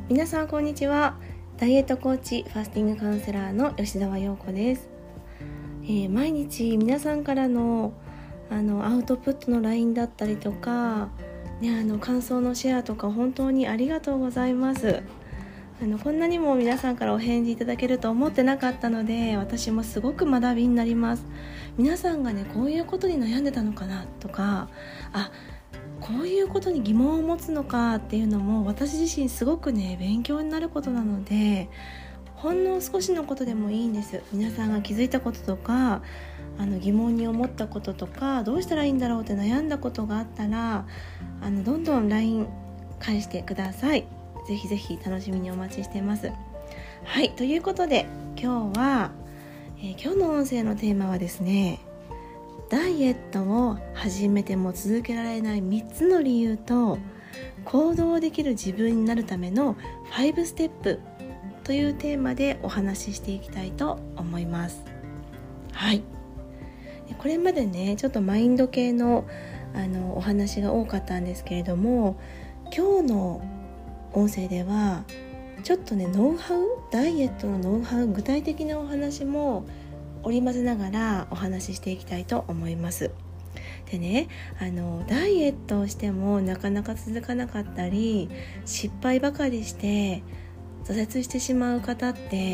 皆さんこんにちは。ダイエットコーチ、ファスティングカウンセラーの吉澤陽子です。毎日皆さんからのアウトプットの LINE だったりとか、感想のシェアとか本当にありがとうございます。こんなにも皆さんからお返事いただけると思ってなかったので、私もすごく学びになります。皆さんがね、こういうことに悩んでたのかなとか、こういうことに疑問を持つのかっていうのも私自身すごくね、勉強になることなので、ほんの少しのことでもいいんです。皆さんが気づいたこととか、疑問に思ったこととか、どうしたらいいんだろうって悩んだことがあったら、どんどん LINE 返してください。ぜひぜひ楽しみにお待ちしています。はい、ということで今日は、今日の音声のテーマはですね、ダイエットを始めても続けられない3つの理由と行動できる自分になるための5ステップというテーマでお話ししていきたいと思います。はい、これまでね、ちょっとマインド系のお話が多かったんですけれども、今日の音声ではちょっとね、ダイエットのノウハウ、具体的なお話も織り交ぜながらお話ししていきたいと思います。でね、ダイエットをしてもなかなか続かなかったり、失敗ばかりして挫折してしまう方って、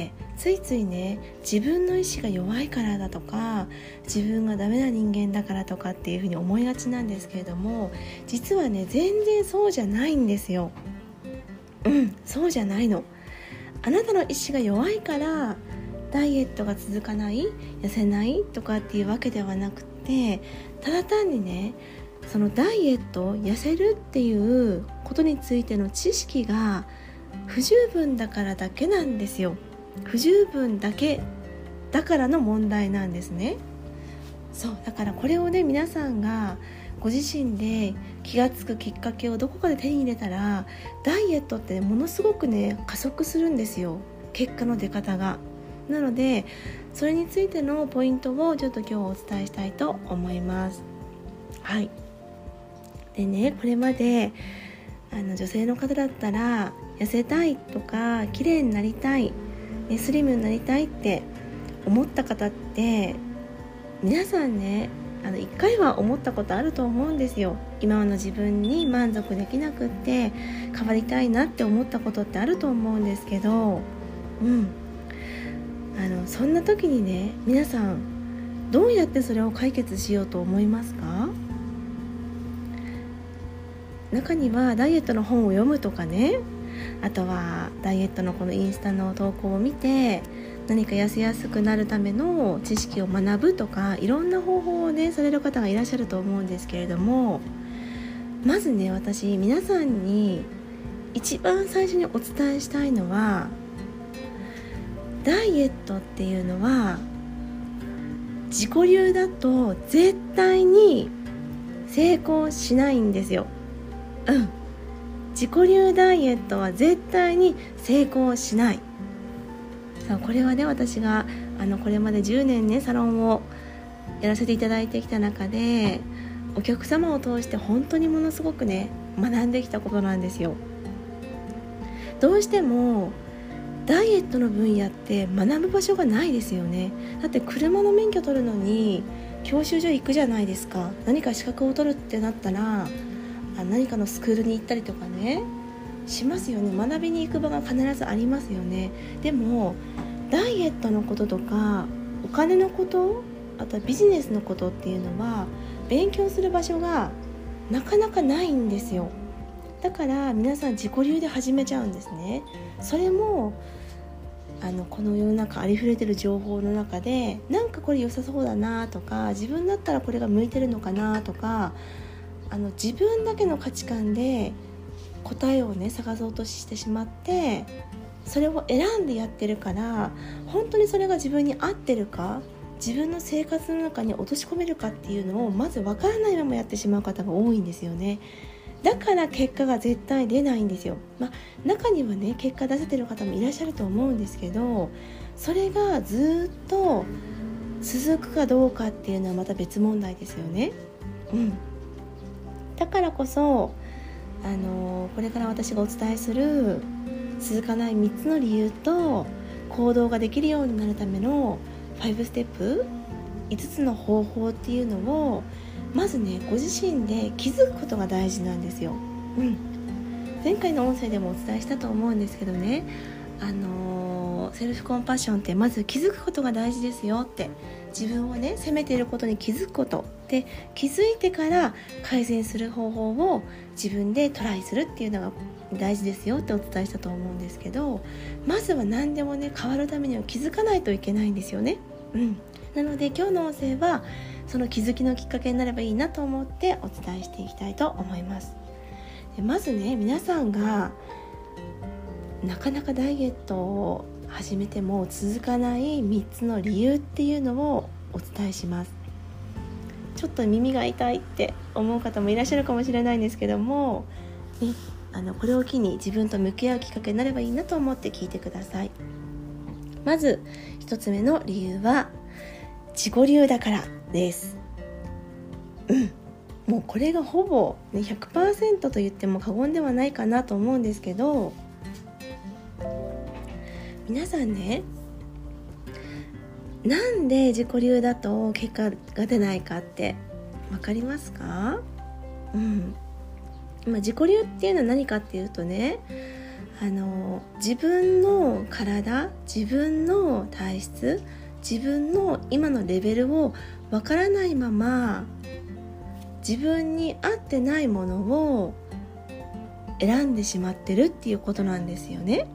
ついついね、自分の意志が弱いからだとか、自分がダメな人間だからとかっていうふうに思いがちなんですけれども、実はね、全然そうじゃないんですよ。そうじゃないの。あなたの意志が弱いからダイエットが続かない、痩せないとかっていうわけではなくて、ただ単にね、そのダイエット、痩せるっていうことについての知識が不十分だからだけなんですよ。不十分だけだからの問題なんですね。そうだから、これをね、皆さんがご自身で気がつくきっかけをどこかで手に入れたら、ダイエットってものすごくね、加速するんですよ、結果の出方が。なので、それについてのポイントをちょっと今日お伝えしたいと思います。はい。でね、これまで女性の方だったら、痩せたいとか綺麗になりたい、スリムになりたいって思った方って、皆さんね、一回は思ったことあると思うんですよ。今の自分に満足できなくって変わりたいなって思ったことってあると思うんですけど、そんな時にね、皆さんどうやってそれを解決しようと思いますか？中にはダイエットの本を読むとかね、あとはダイエットのこのインスタの投稿を見て何か痩せやすくなるための知識を学ぶとか、いろんな方法をね、される方がいらっしゃると思うんですけれども、まずね、私皆さんに一番最初にお伝えしたいのは、ダイエットっていうのは自己流だと絶対に成功しないんですよ。自己流ダイエットは絶対に成功しない。これはね、私がこれまで10年ね、サロンをやらせていただいてきた中で、お客様を通して本当にものすごくね、学んできたことなんですよ。どうしてもダイエットの分野って学ぶ場所がないですよね。だって車の免許取るのに教習所行くじゃないですか。何か資格を取るってなったら、何かのスクールに行ったりとかね、しますよね。学びに行く場が必ずありますよね。でもダイエットのこととかお金のこと、あとはビジネスのことっていうのは勉強する場所がなかなかないんですよ。だから皆さん自己流で始めちゃうんですね。それもこの世の中ありふれてる情報の中で、なんかこれ良さそうだなとか、自分だったらこれが向いてるのかなとか、自分だけの価値観で答えをね、探そうとしてしまって、それを選んでやってるから、本当にそれが自分に合ってるか、自分の生活の中に落とし込めるかっていうのをまず分からないままやってしまう方が多いんですよね。だから結果が絶対出ないんですよ。中にはね、結果出せてる方もいらっしゃると思うんですけど、それがずっと続くかどうかっていうのはまた別問題ですよね。だからこそこれから私がお伝えする続かない3つの理由と行動ができるようになるための5ステップ、5つの方法っていうのをまずね、ご自身で気づくことが大事なんですよ。前回の音声でもお伝えしたと思うんですけどね、セルフコンパッションってまず気づくことが大事ですよって、自分をね責めていることに気づくことで、気づいてから改善する方法を自分でトライするっていうのが大事ですよってお伝えしたと思うんですけど、まずは何でもね変わるためには気づかないといけないんですよね。なので今日の音声はその気づきのきっかけになればいいなと思ってお伝えしていきたいと思います。でまずね、皆さんがなかなかダイエットを始めても続かない3つの理由っていうのをお伝えします。ちょっと耳が痛いって思う方もいらっしゃるかもしれないんですけども、これを機に自分と向き合うきっかけになればいいなと思って聞いてください。まず1つ目の理由は自己流だからです。もうこれがほぼ、100% と言っても過言ではないかなと思うんですけど、皆さんね、なんで自己流だと結果が出ないかって分かりますか？自己流っていうのは何かっていうとね、自分の体、自分の体質、自分の今のレベルを分からないまま自分に合ってないものを選んでしまってるっていうことなんですよね。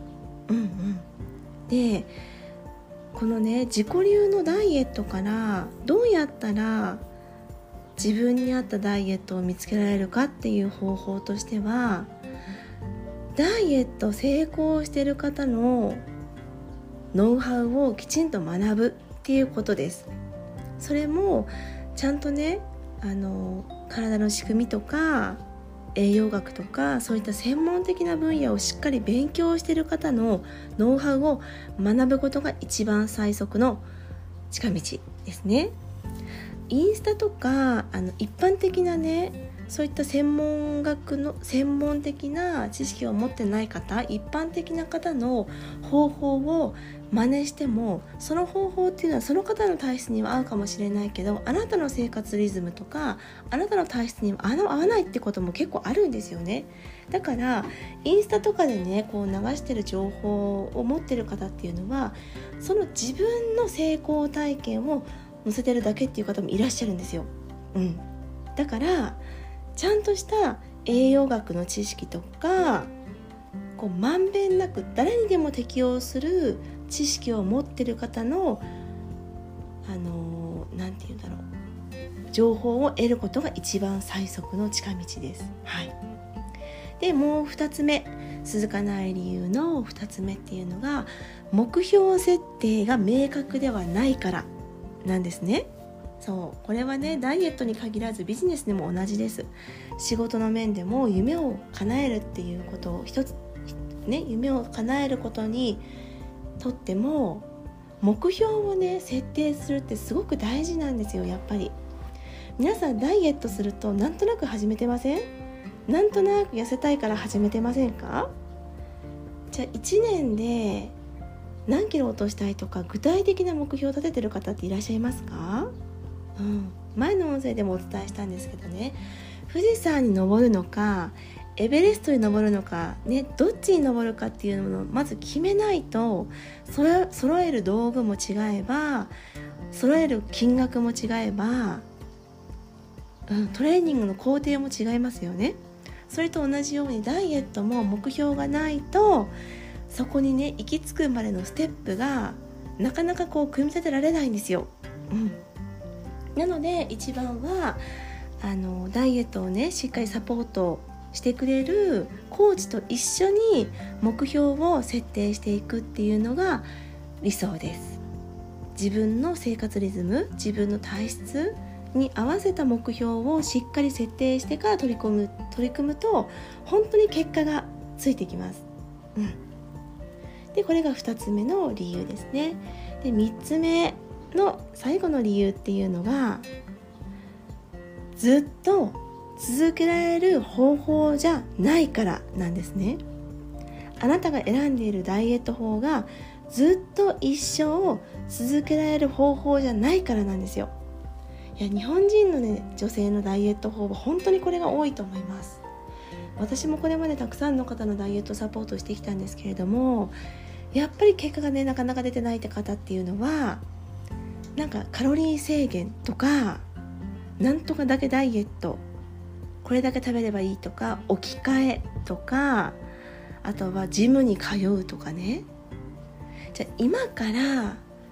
で、このね、自己流のダイエットからどうやったら自分に合ったダイエットを見つけられるかっていう方法としては、ダイエット成功している方のノウハウをきちんと学ぶっていうことです。それもちゃんとね、体の仕組みとか栄養学とかそういった専門的な分野をしっかり勉強している方のノウハウを学ぶことが一番最速の近道ですね。インスタとか一般的なね、そういった専門的な知識を持ってない方、一般的な方の方法を真似しても、その方法っていうのはその方の体質には合うかもしれないけど、あなたの生活リズムとかあなたの体質には合わないってことも結構あるんですよね。だからインスタとかでね、こう流してる情報を持ってる方っていうのは、その自分の成功体験を載せてるだけっていう方もいらっしゃるんですよ。だからちゃんとした栄養学の知識とか、こうまんべんなく誰にでも適用する知識を持ってる方の情報を得ることが一番最速の近道です。で、もう2つ目、続かない理由の2つ目っていうのが、目標設定が明確ではないからなんですね。これはね、ダイエットに限らずビジネスでも同じです。仕事の面でも夢を叶えるっていうことを一つね、夢を叶えることにとっても目標をね設定するってすごく大事なんですよ。やっぱり皆さんダイエットするとなんとなく始めてません？なんとなく痩せたいから始めてませんか？じゃあ1年で何キロ落としたいとか具体的な目標を立ててる方っていらっしゃいますか？前の音声でもお伝えしたんですけどね、富士山に登るのかエベレストに登るのか、どっちに登るかっていうのをまず決めないと、揃える道具も違えば揃える金額も違えば、トレーニングの工程も違いますよね。それと同じようにダイエットも目標がないと、そこにね行き着くまでのステップがなかなかこう組み立てられないんですよ。なので一番はダイエットをねしっかりサポートしてくれるコーチと一緒に目標を設定していくっていうのが理想です。自分の生活リズム、自分の体質に合わせた目標をしっかり設定してから取り組むと本当に結果がついてきます。で、これが2つ目の理由ですね。で、3つ目の最後の理由っていうのが、ずっと続けられる方法じゃないからなんですね。 あなたが選んでいるダイエット法がずっと一生続けられる方法じゃないからなんですよ。いや、日本人のね、女性のダイエット法は本当にこれが多いと思います。私もこれまでたくさんの方のダイエットサポートしてきたんですけれども、やっぱり結果がねなかなか出てないって方っていうのは、なんかカロリー制限とか、なんとかだけダイエット、これだけ食べればいいとか、置き換えとか、あとはジムに通うとかね。じゃあ今から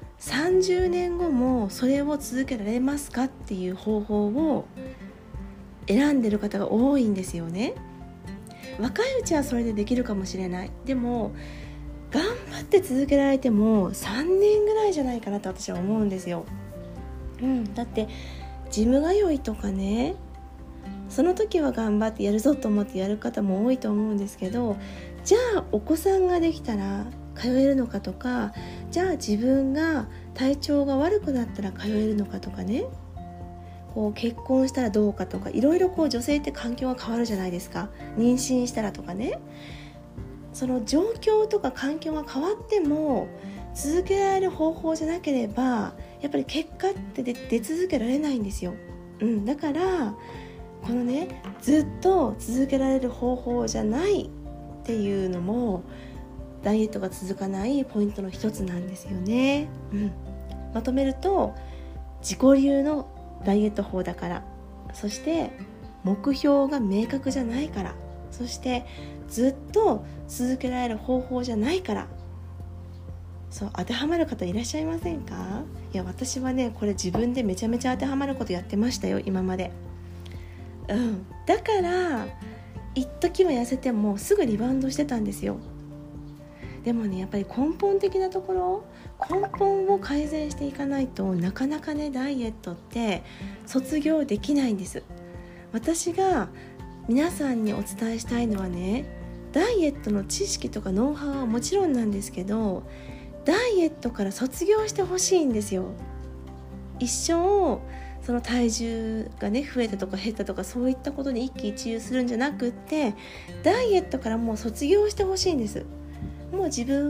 30年後もそれを続けられますかっていう方法を選んでる方が多いんですよね。若いうちはそれでできるかもしれない。でも頑張って続けられても3年ぐらいじゃないかなと私は思うんですよ。だってジム通いとかね、その時は頑張ってやるぞと思ってやる方も多いと思うんですけど、じゃあお子さんができたら通えるのかとか、じゃあ自分が体調が悪くなったら通えるのかとかね、こう結婚したらどうかとか、いろいろこう女性って環境が変わるじゃないですか。妊娠したらとかね、その状況とか環境が変わっても続けられる方法じゃなければ、やっぱり結果って出続けられないんですよ。だからこのね、ずっと続けられる方法じゃないっていうのもダイエットが続かないポイントの一つなんですよね。まとめると、自己流のダイエット法だから、そして目標が明確じゃないから、そしてずっと続けられる方法じゃないから。そう、当てはまる方いらっしゃいませんか？いや、私はね、これ自分でめちゃめちゃ当てはまることやってましたよ、今まで。だから一時は痩せてもすぐリバウンドしてたんですよ。でもね、やっぱり根本的なところ、根本を改善していかないとなかなかね、ダイエットって卒業できないんです。私が皆さんにお伝えしたいのはね、ダイエットの知識とかノウハウはもちろんなんですけど、ダイエットから卒業してほしいんですよ。一生その体重がね増えたとか減ったとか、そういったことに一喜一憂するんじゃなくって、ダイエットからもう卒業してほしいんです。もう自分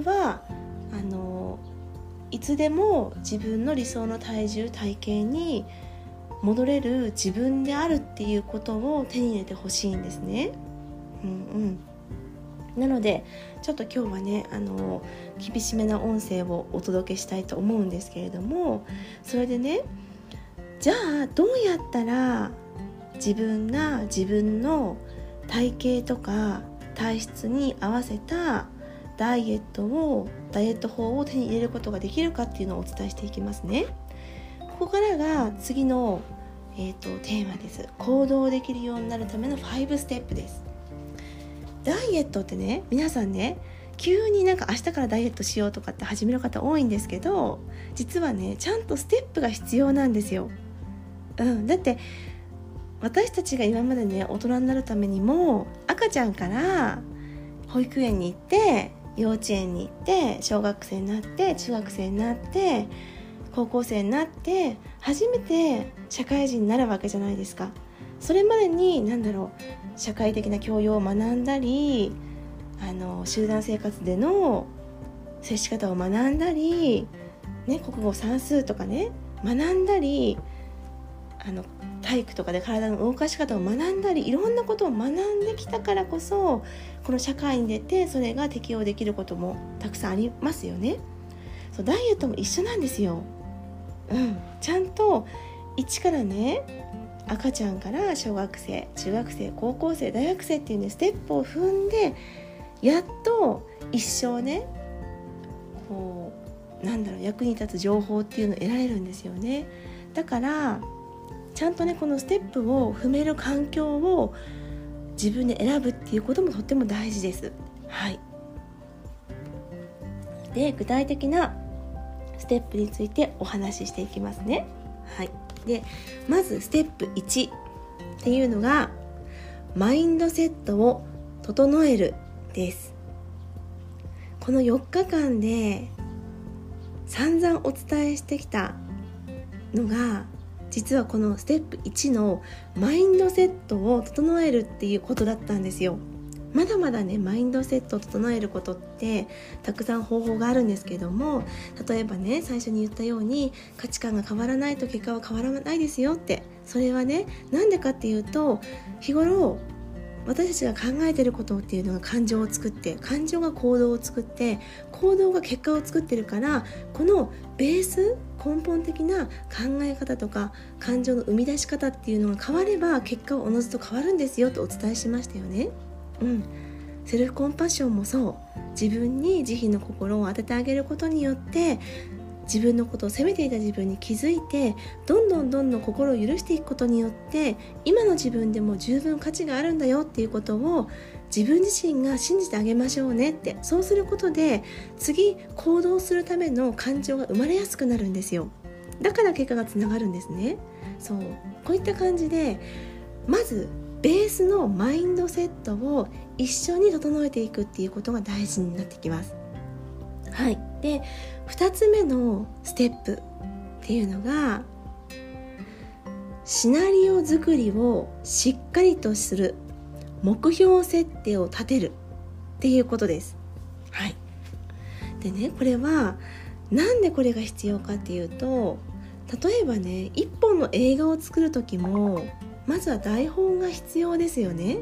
はいつでも自分の理想の体重体型に戻れる自分であるっていうことを手に入れてほしいんですね。なのでちょっと今日はね、厳しめな音声をお届けしたいと思うんですけれども、それでね、じゃあどうやったら自分が自分の体型とか体質に合わせたダイエット法を手に入れることができるかっていうのをお伝えしていきますね。ここからが次の、テーマです。行動できるようになるための5ステップです。ダイエットってね、皆さんね、急になんか明日からダイエットしようとかって始める方多いんですけど、実はね、ちゃんとステップが必要なんですよ。だって私たちが今までね、大人になるためにも、赤ちゃんから保育園に行って、幼稚園に行って、小学生になって、中学生になって、高校生になって初めて社会人になるわけじゃないですか。それまでに社会的な教養を学んだり、集団生活での接し方を学んだり、国語算数とかね学んだり、体育とかで体の動かし方を学んだり、いろんなことを学んできたからこそ、この社会に出てそれが適用できることもたくさんありますよね。そう、ダイエットも一緒なんですよ。ちゃんと一からね、赤ちゃんから小学生、中学生、高校生、大学生っていうね、ステップを踏んで、やっと一生ね、役に立つ情報っていうのを得られるんですよね。だからちゃんとね、このステップを踏める環境を自分で選ぶっていうこともとっても大事です。で、具体的なステップについてお話ししていきますね。で、まずステップ1っていうのがマインドセットを整えるです。この4日間で散々お伝えしてきたのが、実はこのステップ1のマインドセットを整えるっていうことだったんですよ。 まだまだねマインドセットを整えることってたくさん方法があるんですけども、例えばね最初に言ったように価値観が変わらないと結果は変わらないですよって、それはねなんでかっていうと、日頃私たちが考えていることっていうのが感情を作って、感情が行動を作って、行動が結果を作ってるから、このベース根本的な考え方とか感情の生み出し方っていうのが変われば結果はおのずと変わるんですよとお伝えしましたよね。セルフコンパッションもそう、自分に慈悲の心を当ててあげることによって自分のことを責めていた自分に気づいて、どんどん心を許していくことによって今の自分でも十分価値があるんだよっていうことを自分自身が信じてあげましょうねって、そうすることで次行動するための感情が生まれやすくなるんですよ。だから結果がつながるんですね。そう、こういった感じでまずベースのマインドセットを一緒に整えていくっていうことが大事になってきます。はい。で、2つ目のステップっていうのが、シナリオ作りをしっかりとする、目標設定を立てるっていうことです。はい。でね、これはなんでこれが必要かっていうと、例えばね一本の映画を作る時もまずは台本が必要ですよね。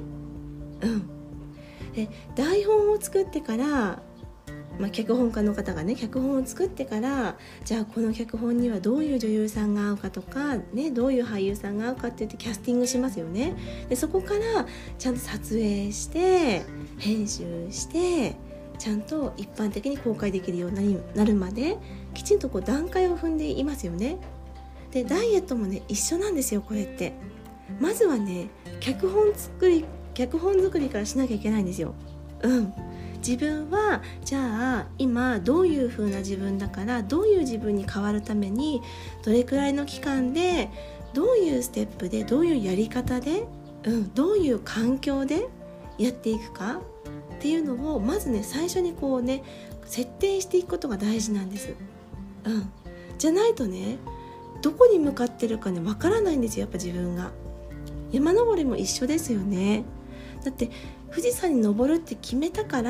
で台本を作ってから脚本家の方がね脚本を作ってから、じゃあこの脚本にはどういう女優さんが合うかとか、ね、どういう俳優さんが合うかって言ってキャスティングしますよね。でそこからちゃんと撮影して編集してちゃんと一般的に公開できるようになるまできちんとこう段階を踏んでいますよね。でダイエットもね一緒なんですよ。これってまずはね脚本作りからしなきゃいけないんですよ。自分はじゃあ今どういう風な自分だから、どういう自分に変わるためにどれくらいの期間でどういうステップでどういうやり方で、どういう環境でやっていくかっていうのをまずね最初にこうね設定していくことが大事なんです。じゃないとねどこに向かってるかねわからないんですよ。やっぱ自分が山登りも一緒ですよね。だって富士山に登るって決めたから、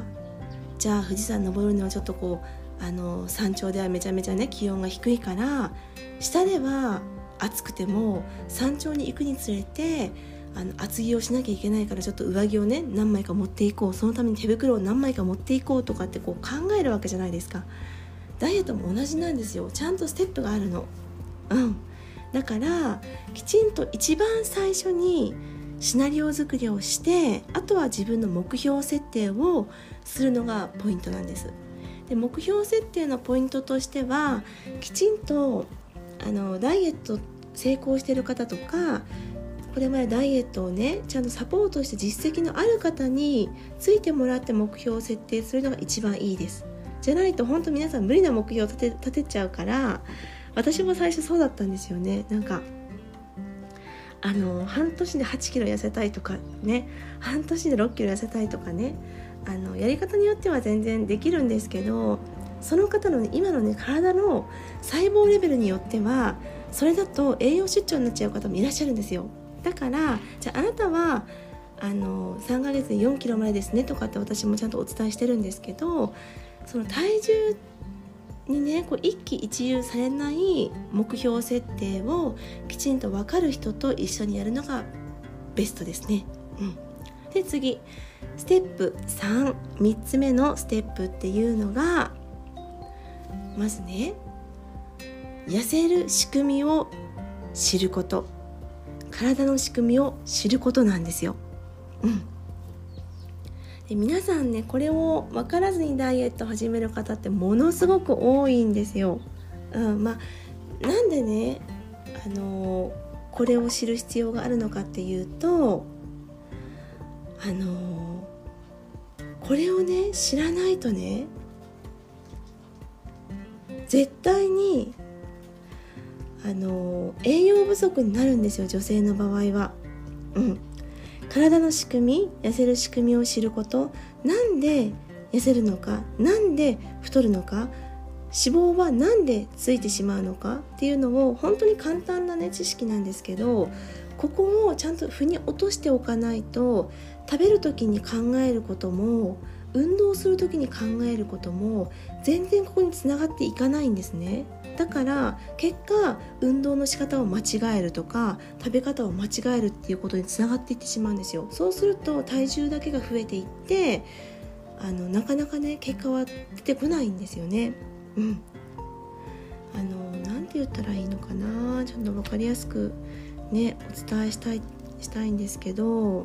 じゃあ富士山登るのはちょっとこう山頂ではめちゃめちゃね気温が低いから、下では暑くても山頂に行くにつれて厚着をしなきゃいけないからちょっと上着をね何枚か持っていこう、そのために手袋を何枚か持っていこうとかってこう考えるわけじゃないですか。ダイエットも同じなんですよ。ちゃんとステップがあるの。だからきちんと一番最初にシナリオ作りをして、あとは自分の目標設定をするのがポイントなんです。で目標設定のポイントとしては、きちんとダイエット成功している方とか、これまでダイエットをねちゃんとサポートして実績のある方についてもらって目標を設定するのが一番いいです。じゃないと本当皆さん無理な目標を立てちゃうから、私も最初そうだったんですよね。なんか半年で8キロ痩せたいとかね、半年で6キロ痩せたいとかね、やり方によっては全然できるんですけど、その方の、ね、今のね体の細胞レベルによってはそれだと栄養失調になっちゃう方もいらっしゃるんですよ。だからじゃああなたは3ヶ月で4キロまでですねとかって私もちゃんとお伝えしてるんですけど、その体重にねこう一喜一憂されない目標設定をきちんと分かる人と一緒にやるのがベストですね。で次ステップ3つ目のステップっていうのが、まずね痩せる仕組みを知ること、体の仕組みを知ることなんですよ。で皆さんねこれを分からずにダイエットを始める方ってものすごく多いんですよ。なんでねこれを知る必要があるのかっていうと、これをね知らないとね絶対に栄養不足になるんですよ、女性の場合は。体の仕組み、痩せる仕組みを知ること、なんで痩せるのか、なんで太るのか、脂肪はなんでついてしまうのかっていうのを本当に簡単なね知識なんですけど、ここをちゃんと腑に落としておかないと食べる時に考えることも運動する時に考えることも全然ここにつながっていかないんですね。だから結果運動の仕方を間違えるとか食べ方を間違えるっていうことにつながっていってしまうんですよ。そうすると体重だけが増えていってなかなかね結果は出てこないんですよね。なんて言ったらいいのかな、ちょっと分かりやすくねお伝えしたいんですけど、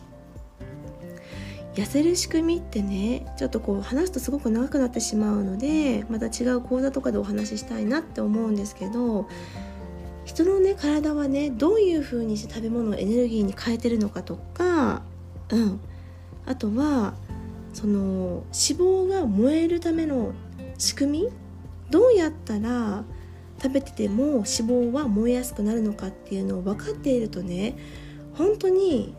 痩せる仕組みってねちょっとこう話すとすごく長くなってしまうのでまた違う講座とかでお話ししたいなって思うんですけど、人のね体はねどういう風にして食べ物をエネルギーに変えてるのかとか、あとはその脂肪が燃えるための仕組み、どうやったら食べてても脂肪は燃えやすくなるのかっていうのを分かっているとね、本当に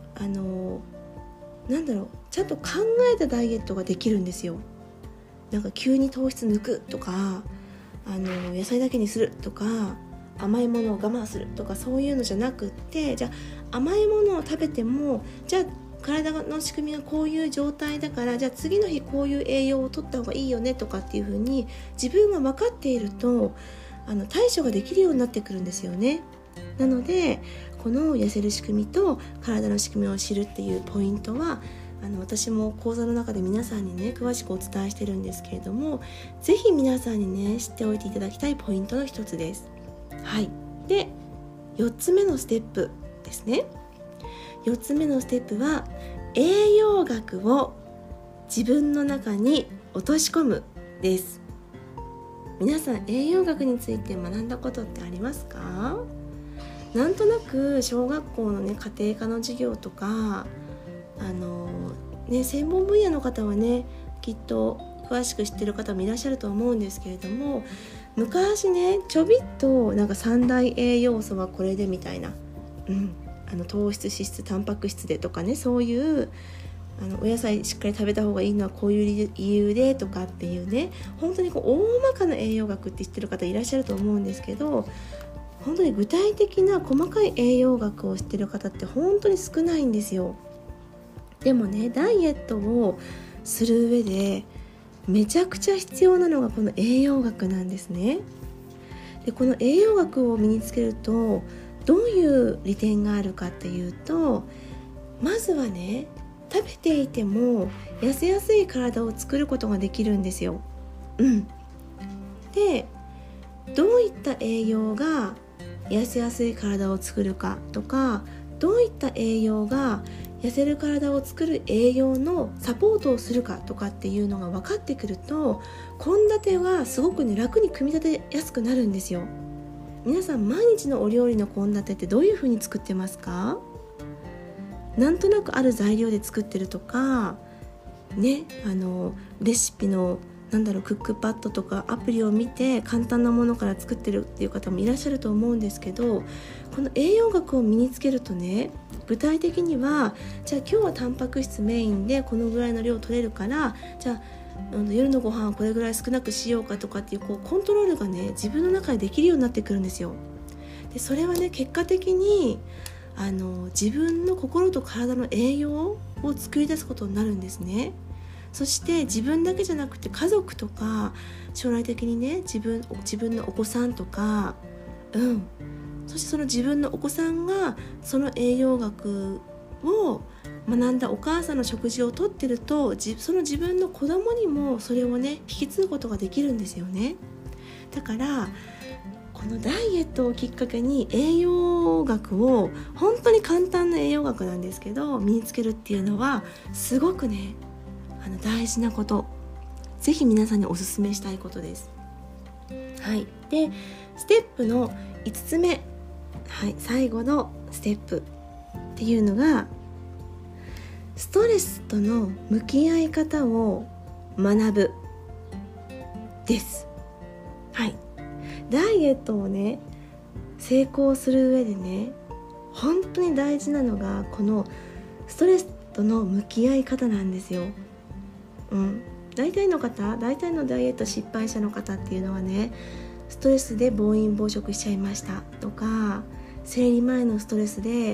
ちゃんと考えたダイエットができるんですよ。なんか急に糖質抜くとか野菜だけにするとか甘いものを我慢するとかそういうのじゃなくって、じゃあ甘いものを食べてもじゃあ体の仕組みがこういう状態だからじゃあ次の日こういう栄養を取った方がいいよねとかっていう風に自分が分かっていると対処ができるようになってくるんですよね。なのでこの痩せる仕組みと体の仕組みを知るっていうポイントは私も講座の中で皆さんにね詳しくお伝えしてるんですけれども、ぜひ皆さんにね知っておいていただきたいポイントの一つです。で4つ目のステップですね。4つ目のステップは栄養学を自分の中に落とし込むです。皆さん栄養学について学んだことってありますか？なんとなく小学校のね家庭科の授業とか専門分野の方はねきっと詳しく知ってる方もいらっしゃると思うんですけれども、昔ねちょびっとなんか三大栄養素はこれでみたいな、糖質脂質タンパク質でとかね、そういうお野菜しっかり食べた方がいいのはこういう理由でとかっていうね、本当にこう大まかな栄養学って知ってる方いらっしゃると思うんですけど、本当に具体的な細かい栄養学を知ってる方って本当に少ないんですよ。でもねダイエットをする上でめちゃくちゃ必要なのがこの栄養学なんですね。でこの栄養学を身につけるとどういう利点があるかっていうと、まずはね食べていても痩せやすい体を作ることができるんですよ。でどういった栄養が痩せやすい体を作るかとか、どういった栄養が痩せる体を作る栄養のサポートをするかとかっていうのが分かってくると、献立はすごくね楽に組み立てやすくなるんですよ。皆さん毎日のお料理の献立ってどういう風に作ってますか？なんとなくある材料で作ってるとかね、レシピのクックパッドとかアプリを見て簡単なものから作ってるっていう方もいらっしゃると思うんですけど、この栄養学を身につけるとね、具体的にはじゃあ今日はタンパク質メインでこのぐらいの量取れるから、じゃあ夜のご飯はこれぐらい少なくしようかとかっていう、コントロールがね自分の中でできるようになってくるんですよ。でそれはね結果的に自分の心と体の栄養を作り出すことになるんですね。そして自分だけじゃなくて家族とか将来的にね自分のお子さんとか、そしてその自分のお子さんがその栄養学を学んだお母さんの食事をとってると、その自分の子供にもそれをね引き継ぐことができるんですよね。だからこのダイエットをきっかけに栄養学を、本当に簡単な栄養学なんですけど身につけるっていうのはすごくね大事なこと、ぜひ皆さんにお勧めしたいことです。でステップの5つ目、最後のステップっていうのがストレスとの向き合い方を学ぶです。ダイエットをね成功する上でね本当に大事なのがこのストレスとの向き合い方なんですよ。大体のダイエット失敗者の方っていうのはね、ストレスで暴飲暴食しちゃいましたとか、生理前のストレスで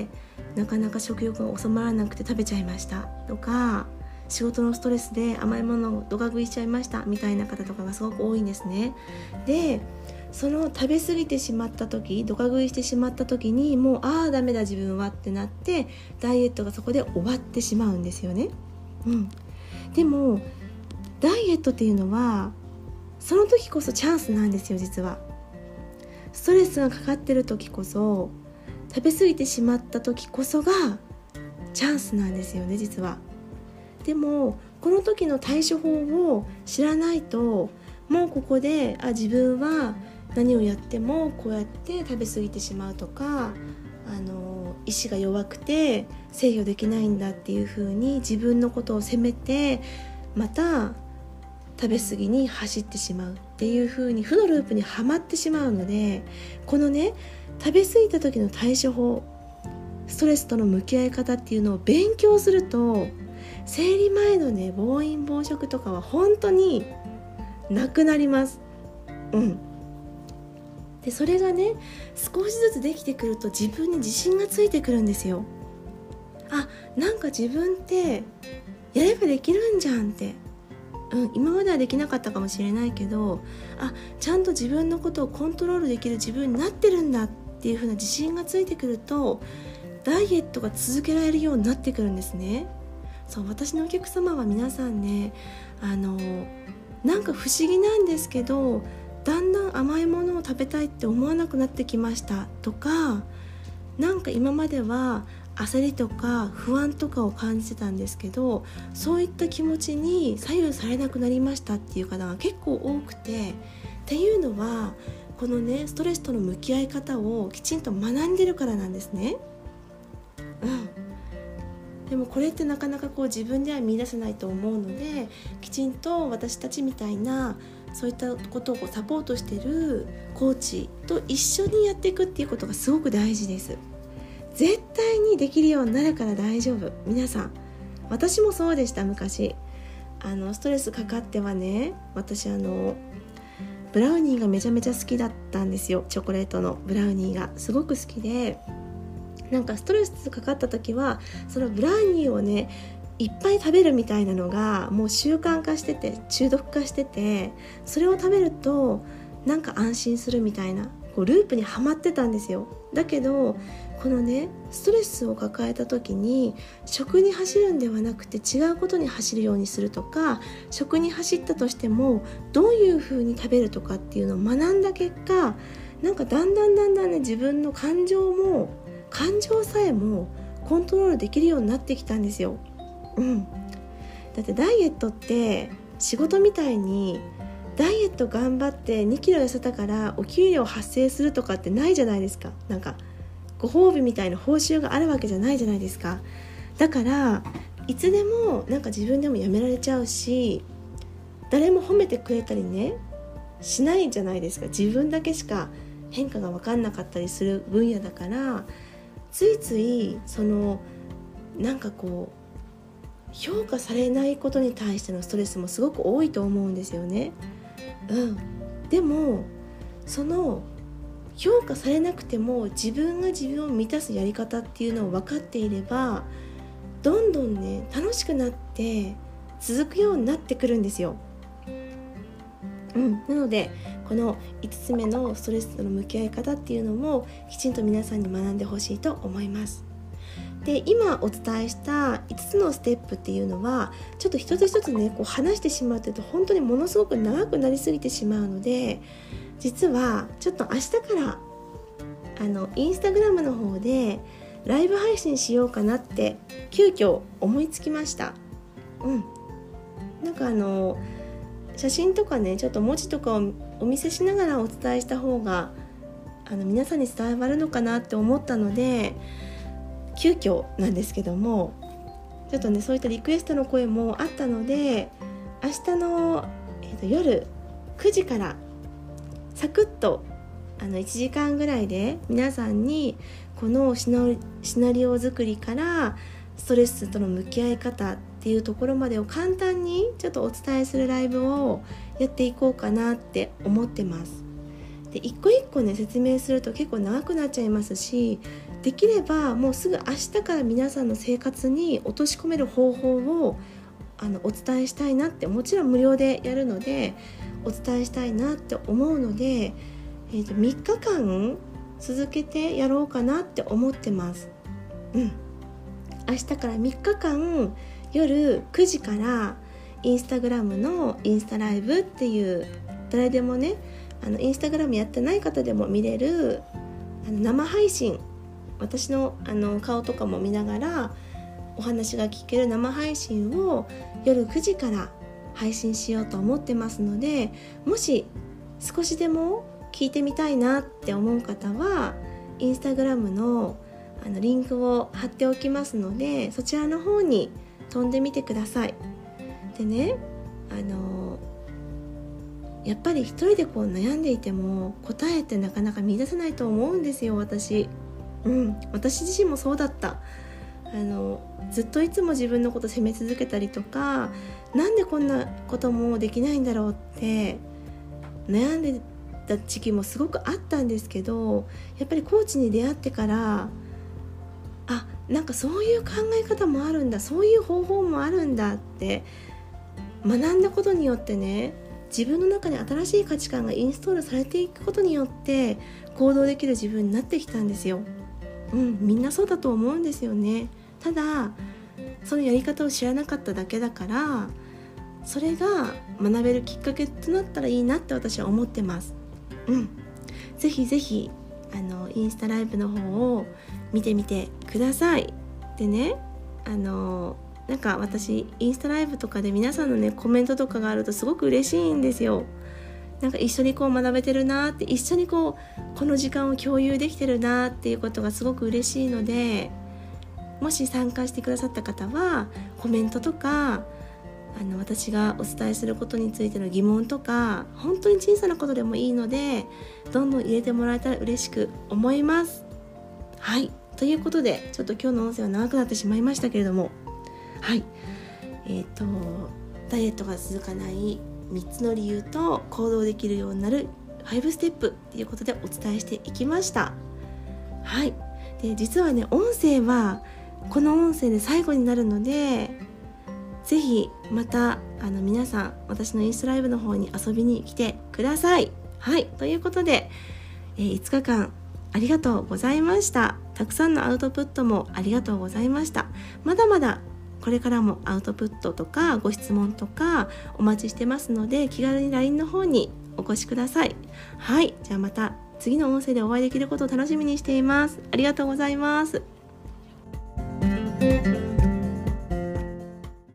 なかなか食欲が収まらなくて食べちゃいましたとか、仕事のストレスで甘いものをドカ食いしちゃいましたみたいな方とかがすごく多いんですね。でその食べ過ぎてしまった時、ドカ食いしてしまった時にもうダメだ自分はってなってダイエットがそこで終わってしまうんですよね。でもダイエットっていうのはその時こそチャンスなんですよ。実はストレスがかかってる時こそ、食べ過ぎてしまった時こそがチャンスなんですよね、実は。でもこの時の対処法を知らないと、もうここで自分は何をやってもこうやって食べ過ぎてしまうとか、意志が弱くて制御できないんだっていう風に自分のことを責めて、また食べ過ぎに走ってしまうっていう風に負のループにはまってしまうので、このね、食べ過ぎた時の対処法、ストレスとの向き合い方っていうのを勉強すると、生理前のね、暴飲暴食とかは本当になくなります。でそれがね、少しずつできてくると自分に自信がついてくるんですよ。なんか自分ってやればできるんじゃんって、今まではできなかったかもしれないけど、ちゃんと自分のことをコントロールできる自分になってるんだっていう風な自信がついてくると、ダイエットが続けられるようになってくるんですね。私のお客様は皆さんね、なんか不思議なんですけど、だんだん甘いものを食べたいって思わなくなってきましたとか、なんか今までは焦りとか不安とかを感じてたんですけど、そういった気持ちに左右されなくなりましたっていう方が結構多くて、っていうのはこのね、ストレスとの向き合い方をきちんと学んでるからなんですね。でもこれってなかなか自分では見出せないと思うので、きちんと私たちみたいなそういったことをサポートしているコーチと一緒にやっていくっていうことがすごく大事です。絶対にできるようになるから大丈夫。皆さん、私もそうでした。昔ストレスかかってはね、私ブラウニーがめちゃめちゃ好きだったんですよ。チョコレートのブラウニーがすごく好きで、なんかストレスかかった時はそのブラウニーをね、いっぱい食べるみたいなのがもう習慣化してて、中毒化してて、それを食べるとなんか安心するみたいなループにはまってたんですよ。だけどこのね、ストレスを抱えた時に食に走るんではなくて違うことに走るようにするとか、食に走ったとしてもどういう風に食べるとかっていうのを学んだ結果、なんかだんだんね、自分の感情さえもコントロールできるようになってきたんですよ。だってダイエットって仕事みたいにダイエット頑張って2キロ痩せたからお給料発生するとかってないじゃないですか。なんかご褒美みたいな報酬があるわけじゃないじゃないですか。だからいつでもなんか自分でもやめられちゃうし、誰も褒めてくれたりねしないじゃないですか。自分だけしか変化が分かんなかったりする分野だから、ついついなんか評価されないことに対してのストレスもすごく多いと思うんですよね。でも評価されなくても自分が自分を満たすやり方っていうのを分かっていれば、どんどんね、楽しくなって続くようになってくるんですよ。なのでこの5つ目のストレスとの向き合い方っていうのもきちんと皆さんに学んでほしいと思います。で、今お伝えした5つのステップっていうのはちょっと一つ一つね話してしまうと本当にものすごく長くなりすぎてしまうので、実はちょっと明日からインスタグラムの方でライブ配信しようかなって急遽思いつきました。なんか写真とかね、ちょっと文字とかをお見せしながらお伝えした方が皆さんに伝わるのかなって思ったので、急遽なんですけども、ちょっとねそういったリクエストの声もあったので、明日の、夜9時からサクッと1時間ぐらいで皆さんにこのシナリオ作りからストレスとの向き合い方っていうところまでを簡単にちょっとお伝えするライブをやっていこうかなって思ってます。で、一個一個ね説明すると結構長くなっちゃいますし、 できればもうすぐ明日から皆さんの生活に落とし込める方法をお伝えしたいなって、もちろん無料でやるのでお伝えしたいなって思うので、3日間続けてやろうかなって思ってます。明日から3日間夜9時からインスタグラムのインスタライブっていう、誰でもねインスタグラムやってない方でも見れる生配信、私の顔とかも見ながらお話が聞ける生配信を夜9時から配信しようと思ってますので、もし少しでも聞いてみたいなって思う方はインスタグラムのリンクを貼っておきますので、そちらの方に飛んでみてください。でね、やっぱり一人で悩んでいても答えってなかなか見出せないと思うんですよ、私自身もそうだった。ずっといつも自分のこと責め続けたりとか、なんでこんなこともできないんだろうって悩んでた時期もすごくあったんですけど、やっぱりコーチに出会ってから、なんかそういう考え方もあるんだ、そういう方法もあるんだって学んだことによってね、自分の中に新しい価値観がインストールされていくことによって行動できる自分になってきたんですよ。みんなそうだと思うんですよね。ただそのやり方を知らなかっただけだから、それが学べるきっかけとなったらいいなって私は思ってます。ぜひぜひインスタライブの方を見てみてください。でね、なんか私インスタライブとかで皆さんのねコメントとかがあるとすごく嬉しいんですよ。なんか一緒に学べてるなって、一緒にこの時間を共有できてるなっていうことがすごく嬉しいので、もし参加してくださった方はコメントとか私がお伝えすることについての疑問とか、本当に小さなことでもいいのでどんどん入れてもらえたら嬉しく思います。ということでちょっと今日の音声は長くなってしまいましたけれども、ダイエットが続かない3つの理由と行動できるようになる5ステップということでお伝えしていきました。で実はね、音声はこの音声で最後になるので、ぜひまた皆さん私のインスタライブの方に遊びに来てください。ということで、5日間ありがとうございました。たくさんのアウトプットもありがとうございました。まだまだこれからもアウトプットとかご質問とかお待ちしてますので、気軽に LINE の方にお越しください。じゃあまた次の音声でお会いできることを楽しみにしています。ありがとうございます。